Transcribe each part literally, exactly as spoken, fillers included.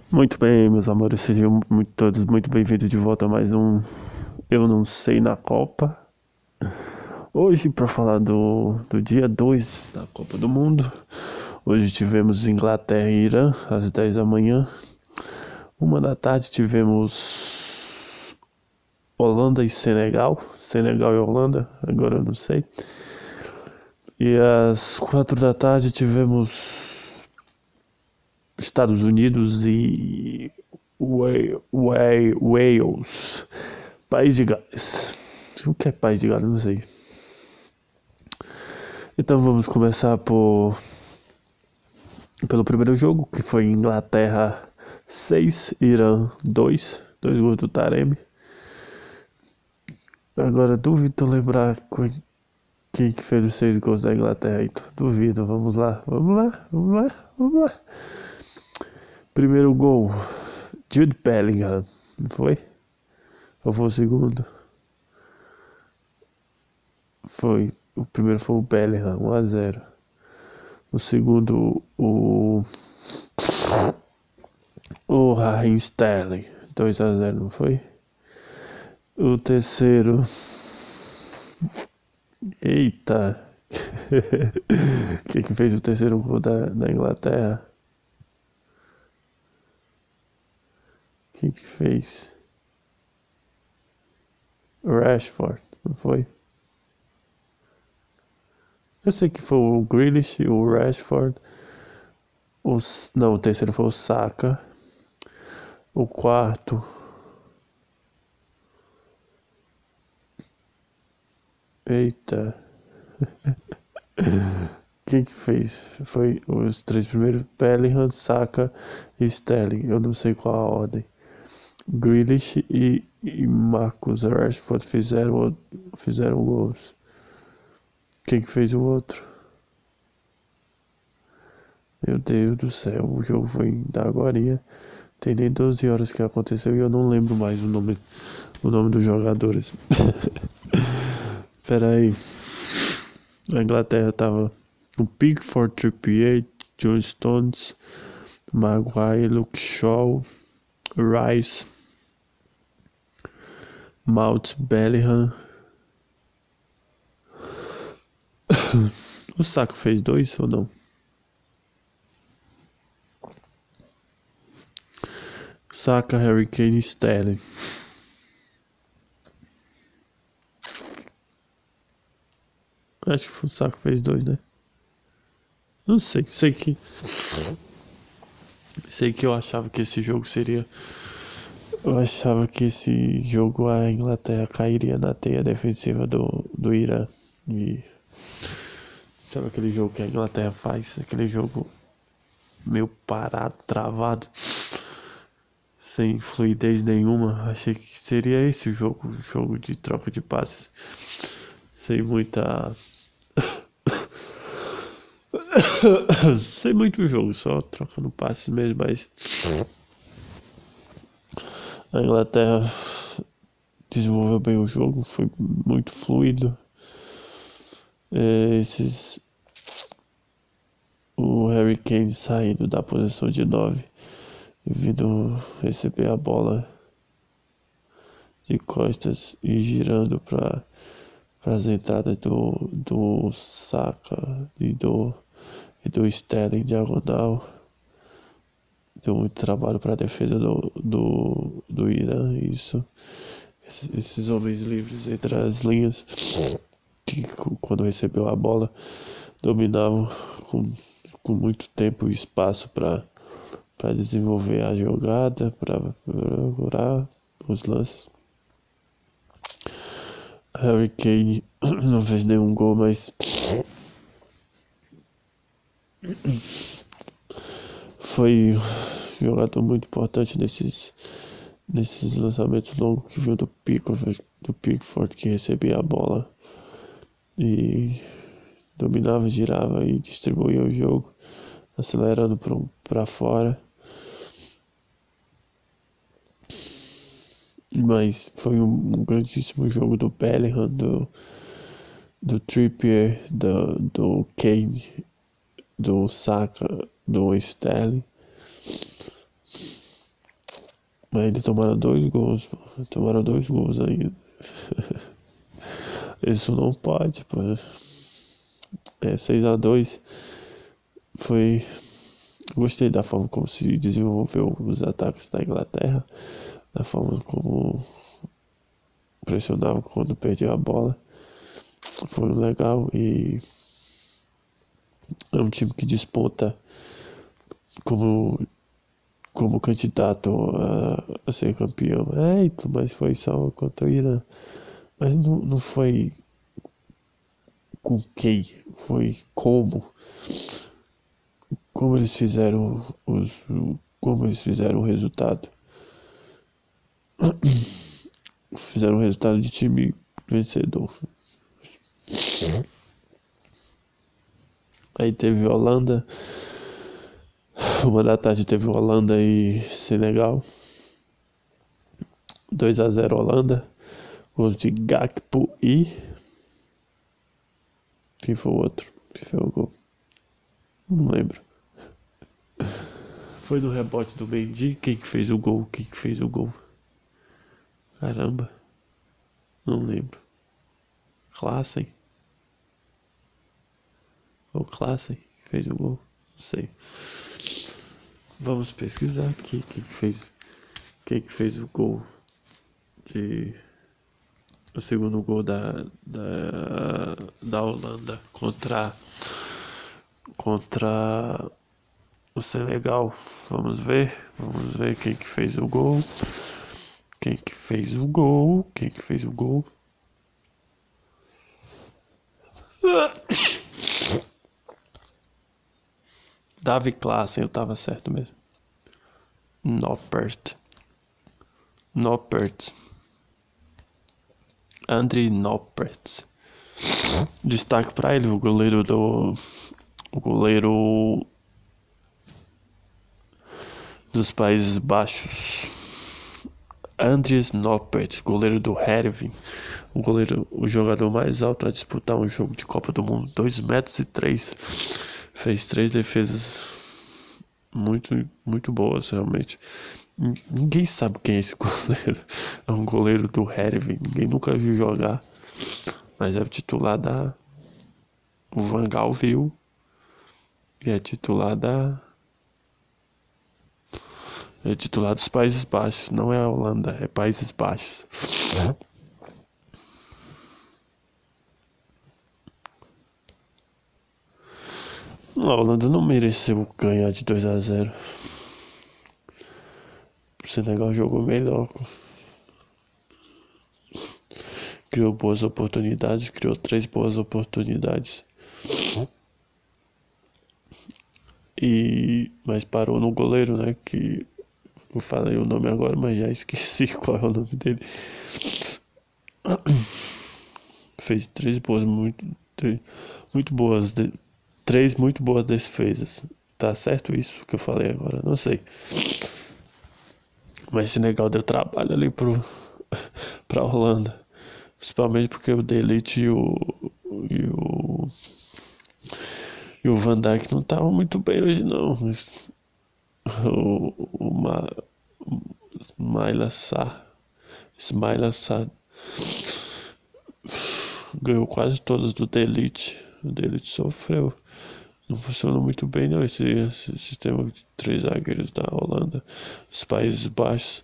Muito bem, meus amores, sejam muito, todos muito bem-vindos de volta a mais um Eu Não Sei na Copa. Hoje, para falar do, do dia dois da Copa do Mundo, hoje tivemos Inglaterra e Irã às dez da manhã. Uma da tarde tivemos Holanda e Senegal, Senegal e Holanda, agora eu não sei. E às quatro da tarde tivemos Estados Unidos e Wales, País de Gales. O que é País de Gales? Não sei. Então vamos começar por pelo primeiro jogo, que foi Inglaterra seis, Irã dois, dois gols do Taremi. Agora duvido lembrar quem que fez os seis gols da Inglaterra aí. Duvido, vamos lá, vamos lá, vamos lá, vamos lá. Primeiro gol, Jude Bellingham, não foi? Ou foi o segundo? Foi, o primeiro foi o Bellingham, um a zero. O segundo, o o Raheem Sterling, dois a zero, não foi? O terceiro, eita, quem que fez o terceiro gol da, da Inglaterra? Quem que fez? Rashford, não foi? Eu sei que foi o Grealish, o Rashford, o, não, o terceiro foi o Saka, o quarto, eita, quem que fez? Foi os três primeiros, Bellingham, Saka e Sterling, eu não sei qual a ordem. Grealish e, e Marcus Rashford fizeram, fizeram gols. Quem que fez o outro? Meu Deus do céu, o jogo foi da agorinha. Tem nem doze horas que aconteceu e eu não lembro mais o nome, o nome dos jogadores. Pera aí. A Inglaterra tava com Pickford, Trippier, John Stones, Maguire, Luke Shaw, Rice, Mount, Bellingham. O Saka fez dois ou não? Saka, Harry Kane e Sterling. Acho que o Saka fez dois, né? Não sei, sei que sei que eu achava que esse jogo seria eu achava que esse jogo a Inglaterra cairia na teia defensiva do, do Irã. E sabe aquele jogo que a Inglaterra faz? Aquele jogo meio parado, travado, sem fluidez nenhuma. Achei que seria esse o jogo, jogo de troca de passes, sem muita sem muito jogo, só trocando passes mesmo, mas a Inglaterra desenvolveu bem o jogo, foi muito fluido. É, esses o Harry Kane saindo da posição de nove e vindo receber a bola de costas e girando para as entradas do, do Saka e do, e do Sterling diagonal. Deu muito trabalho para a defesa do, do, do Irã, isso. Esses, esses homens livres entre as linhas, que quando recebeu a bola, dominavam com, com muito tempo e espaço para para desenvolver a jogada, para procurar os lances. Harry Kane não fez nenhum gol, mas foi um jogador muito importante nesses, nesses lançamentos longos que viu do Pickford, do Pickford que recebia a bola e dominava, girava e distribuía o jogo, acelerando para fora. Mas foi um, um grandíssimo jogo do Bellingham, do, do Trippier, do, do Kane, do Saka, do Sterling. Mas eles tomaram dois gols, pô. Tomaram dois gols ainda. Isso não pode, pô. É, seis a dois foi... Gostei da forma como se desenvolveu os ataques da Inglaterra, da forma como pressionava quando perdia a bola. Foi legal e é um time que desponta como, como candidato a, a ser campeão. É, mas foi só contra o Irã. Mas não, não foi com quem, foi como. Como eles fizeram os, como eles fizeram o resultado. Fizeram o resultado de time vencedor. Aí teve Holanda. Uma da tarde teve Holanda e Senegal. dois a zero Holanda. Gol de Gakpo e... Quem foi o outro? Quem foi o gol? Não lembro. Foi no rebote do Mendy. Quem que fez o gol? Quem que fez o gol? Caramba. Não lembro. Klaassen. Foi o Klaassen que fez o gol? Não sei. Vamos pesquisar aqui quem que fez, quem que fez o gol de... O segundo gol da, da, da Holanda contra, contra o Senegal. Vamos ver, vamos ver quem que fez o gol. Quem que fez o gol? Quem que fez o gol? Davi Klaassen, eu tava certo mesmo. Noppert. Noppert. Andriy Noppert. Destaque para ele, o goleiro do... O goleiro dos Países Baixos. Andriy Noppert, goleiro do Heerenveen. O goleiro, o jogador mais alto a disputar um jogo de Copa do Mundo. dois metros e três. Fez três defesas muito, muito boas, realmente. Ninguém sabe quem é esse goleiro. É um goleiro do Heerenveen. Ninguém nunca viu jogar. Mas é o titular da... O Van Gaal viu. E é titular da... É titular dos Países Baixos. Não é a Holanda, é Países Baixos. É. A Holanda não mereceu ganhar de dois a zero. O Senegal jogou melhor. Criou boas oportunidades, criou três boas oportunidades. E mas parou no goleiro, né? Que eu falei o nome agora, mas já esqueci qual é o nome dele. Fez três boas, muito, três, muito boas, de, três muito boas defesas. Tá certo isso que eu falei agora? Não sei. Mas Senegal deu trabalho ali pro pra Holanda. Principalmente porque o De Ligt e o, e o, e o Van Dijk não estavam muito bem hoje, não. O, o Ma, Ismaila Sarr, Ismaila Sarr ganhou quase todas do De Ligt. O De Ligt sofreu. Não funcionou muito bem, não, esse, esse sistema de três zagueiros da Holanda. Os Países Baixos.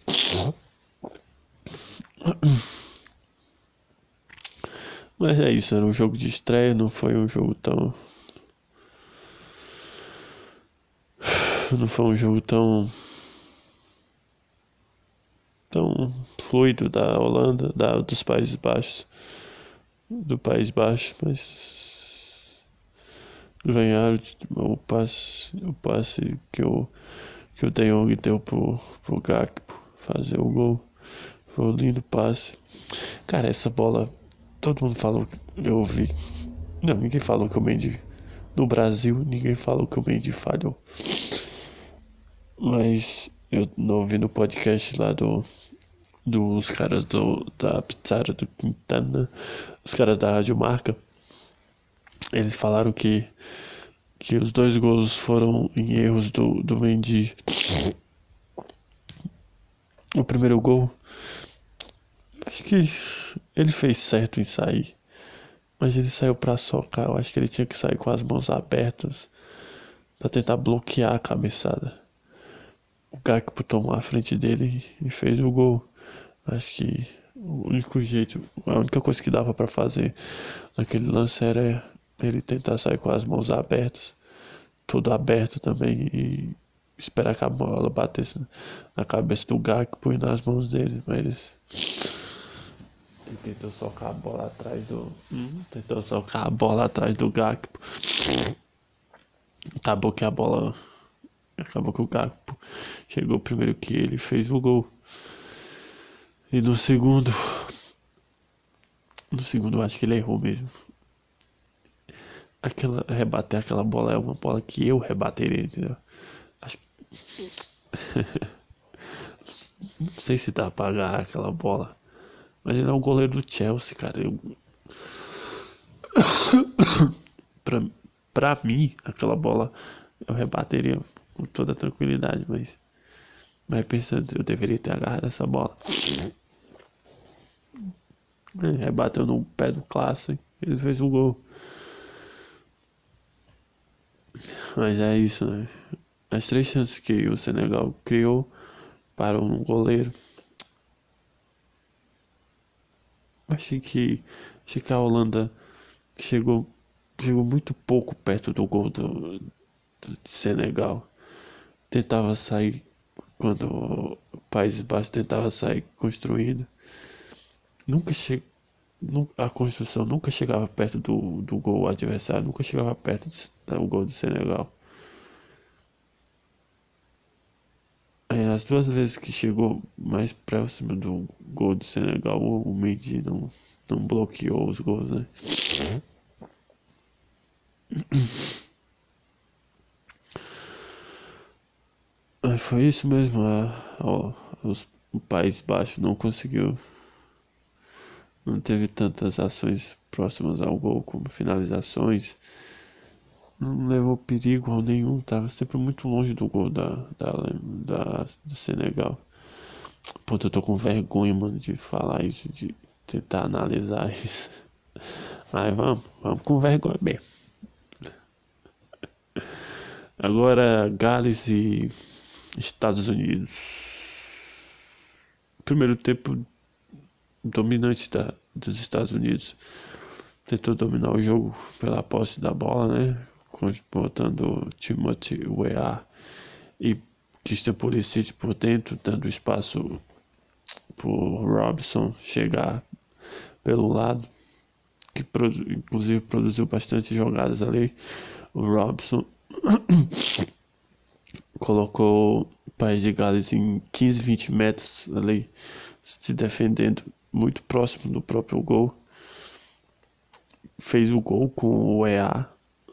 Mas é isso, era um jogo de estreia, não foi um jogo tão... Não foi um jogo tão... Tão fluido da Holanda, da, dos Países Baixos. Do País Baixo, mas... Ganharam o passe, o passe que o, que o De Jong deu pro, pro Gakpo fazer o gol. Foi um lindo passe. Cara, essa bola... Todo mundo falou que eu ouvi. Não, ninguém falou que o Mendy... No Brasil, ninguém falou que o Mendy falhou. Mas eu não ouvi no podcast lá do... Dos caras do, da Pizarra do Quintana. Os caras da Rádio Marca. Eles falaram que... Que os dois gols foram em erros do, do Mendy. O primeiro gol, acho que ele fez certo em sair. Mas ele saiu pra socar. Eu acho que ele tinha que sair com as mãos abertas pra tentar bloquear a cabeçada. O Gakpo tomou a frente dele e fez o gol. Acho que o único jeito, a única coisa que dava pra fazer naquele lance era ele tentar sair com as mãos abertas, tudo aberto também, e esperar que a bola batesse na cabeça do Gakpo e nas mãos dele. Mas ele, ele tentou socar a bola atrás do. Hum, tentou socar a bola atrás do Gakpo. Acabou que a bola. Acabou que o Gakpo chegou primeiro que ele, fez o gol. E no segundo. No segundo eu acho que ele errou mesmo. Aquela, rebater aquela bola é uma bola que eu rebateria, entendeu? Acho que. Não sei se dá pra agarrar aquela bola. Mas ele é o goleiro do Chelsea, cara. Eu... pra, pra mim, aquela bola eu rebateria com toda tranquilidade, mas. Mas pensando, eu deveria ter agarrado essa bola. Ele rebateu no pé do Classe, ele fez o gol. Mas é isso, né? As três chances que o Senegal criou parou no goleiro. Achei que, achei que a Holanda chegou, chegou muito pouco perto do gol do, do Senegal. Tentava sair quando o Países Baixos tentava sair construindo. Nunca chegou. A construção nunca chegava perto do, do gol adversário, nunca chegava perto do gol do Senegal. É, as duas vezes que chegou mais próximo do gol do Senegal, o Mendy não, não bloqueou os gols, né? Mas foi isso mesmo, a, a, os, o País Baixo não conseguiu, não teve tantas ações próximas ao gol como finalizações, não levou perigo nenhum, tava sempre muito longe do gol da, da, da, do Senegal. Pô, eu tô com vergonha, mano, de falar isso, de tentar analisar isso. Mas vamos, vamos com vergonha mesmo. Agora, Gales e Estados Unidos. Primeiro tempo dominante da, dos Estados Unidos. Tentou dominar o jogo pela posse da bola, né? Botando Timothy Weah e Christian Pulisic por dentro, dando espaço pro Robson chegar pelo lado, que produ inclusive produziu bastante jogadas ali. O Robson colocou o País de Gales em quinze, vinte metros ali, se defendendo muito próximo do próprio gol. Fez o gol com o E A.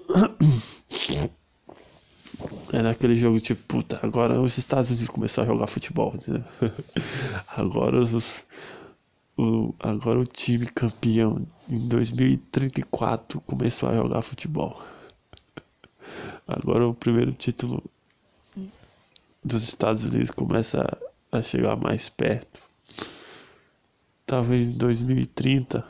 Era aquele jogo tipo, puta, agora os Estados Unidos começaram a jogar futebol, entendeu? Agora os, o, agora o time campeão em dois mil e trinta e quatro começou a jogar futebol. Agora o primeiro título dos Estados Unidos começa a, a chegar mais perto. Talvez em dois mil e trinta.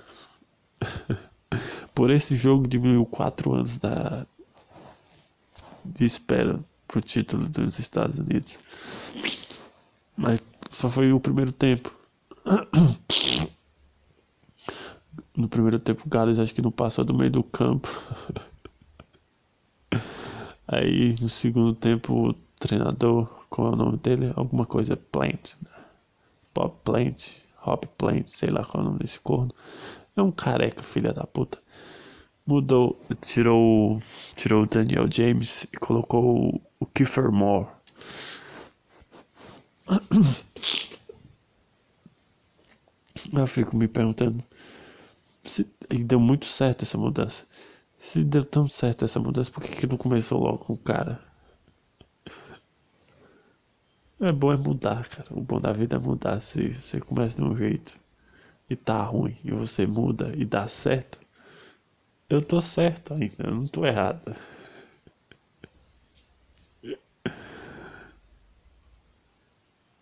Por esse jogo diminuiu quatro anos da, de espera pro título dos Estados Unidos. Mas só foi o primeiro tempo. No primeiro tempo o Gales acho que não passou do meio do campo. Aí no segundo tempo o treinador, qual é o nome dele? Alguma coisa Plant. Bob Plant, Hop Plant, sei lá qual é o nome desse corno. É um careca, filha da puta. Mudou, tirou, tirou o Daniel James e colocou o Kiefer Moore. Eu fico me perguntando se e deu muito certo essa mudança. Se deu tão certo essa mudança, por que, que não começou logo com o cara? É bom é mudar, cara. O bom da vida é mudar. Se você começa de um jeito e tá ruim, e você muda e dá certo, eu tô certo ainda, eu não tô errado.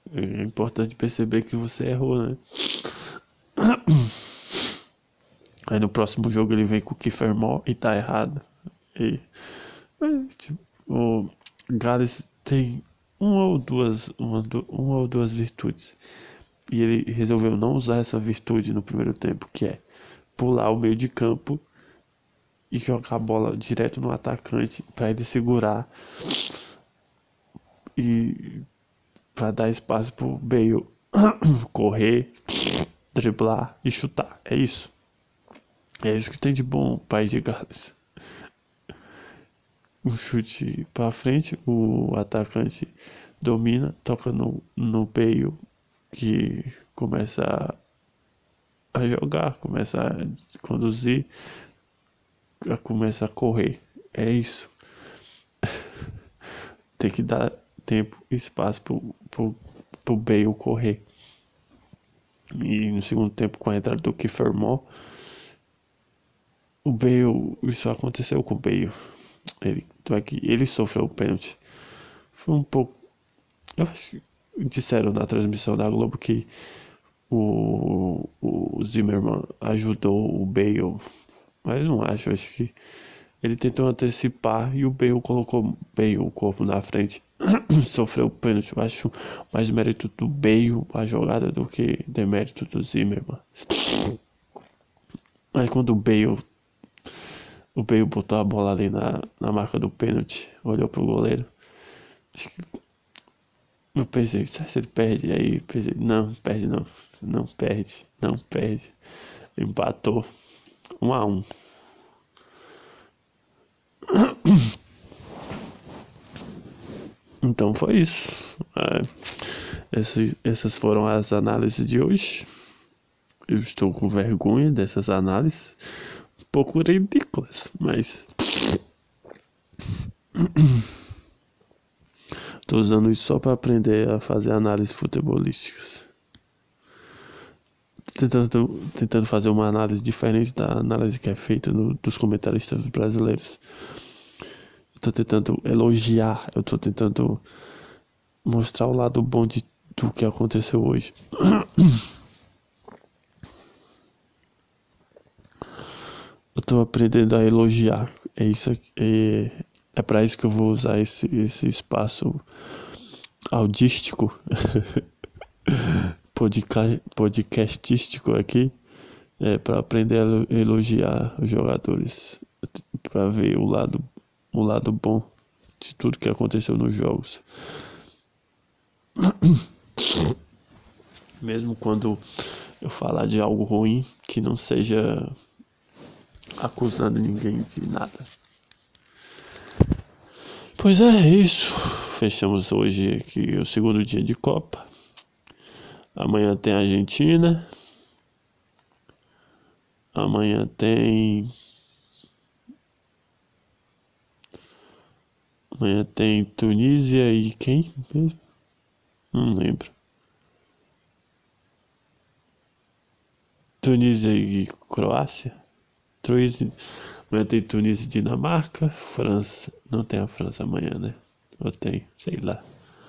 É importante perceber que você errou, né? Aí no próximo jogo ele vem com o Kiefer Moore e tá errado. E, mas, tipo, o Gales tem uma ou duas, uma, uma ou duas virtudes. E ele resolveu não usar essa virtude no primeiro tempo, que é pular o meio de campo e jogar a bola direto no atacante para ele segurar e para dar espaço pro Bale correr, driblar e chutar. É isso. É isso que tem de bom o País de Gales. Um chute para frente, o atacante domina, toca no, no Bale, que começa a, a jogar, começa a conduzir, começa a correr. É isso. Tem que dar tempo e espaço pro, pro, pro Bale correr. E no segundo tempo, com a entrada do Kiefer Moore, o Bale, isso aconteceu com o Bale. Ele, ele sofreu o pênalti. Foi um pouco. Eu acho que disseram na transmissão da Globo que o, o Zimmerman ajudou o Bale. Mas eu não acho, eu acho que ele tentou antecipar e o Bale colocou bem o corpo na frente. Sofreu o pênalti. Eu acho mais mérito do Bale a jogada do que demérito do Zimmerman. Aí quando o Bale O Bale botou a bola ali na, na marca do pênalti, olhou pro goleiro. Acho que eu pensei, se ele perde, aí pensei, não, perde não, não perde, não perde. Empatou, um a um. Então foi isso. É, essas, essas foram as análises de hoje. Eu estou com vergonha dessas análises, um pouco ridículas, mas estou usando isso só para aprender a fazer análises futebolísticas. Tentando, tentando fazer uma análise diferente da análise que é feita no, dos comentaristas brasileiros. Eu tô tentando elogiar, eu tô tentando mostrar o lado bom de, do que aconteceu hoje. Eu tô aprendendo a elogiar. É isso, é, é para isso que eu vou usar esse, esse espaço audístico, podca, podcastístico aqui, é, para aprender a elogiar os jogadores, para ver o lado, o lado bom de tudo que aconteceu nos jogos. Mesmo quando eu falar de algo ruim, que não seja acusando ninguém de nada. Pois é, isso. Fechamos hoje aqui o segundo dia de Copa. Amanhã tem Argentina. Amanhã tem. Amanhã tem Tunísia e quem mesmo? Não lembro. Tunísia e Croácia? Tunísia. Amanhã tem Tunísia e Dinamarca. França. Não tem a França amanhã, né? Ou tem? Sei lá.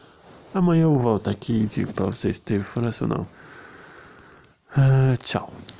Amanhã eu volto aqui e digo pra vocês se teve França ou não. Ah, tchau.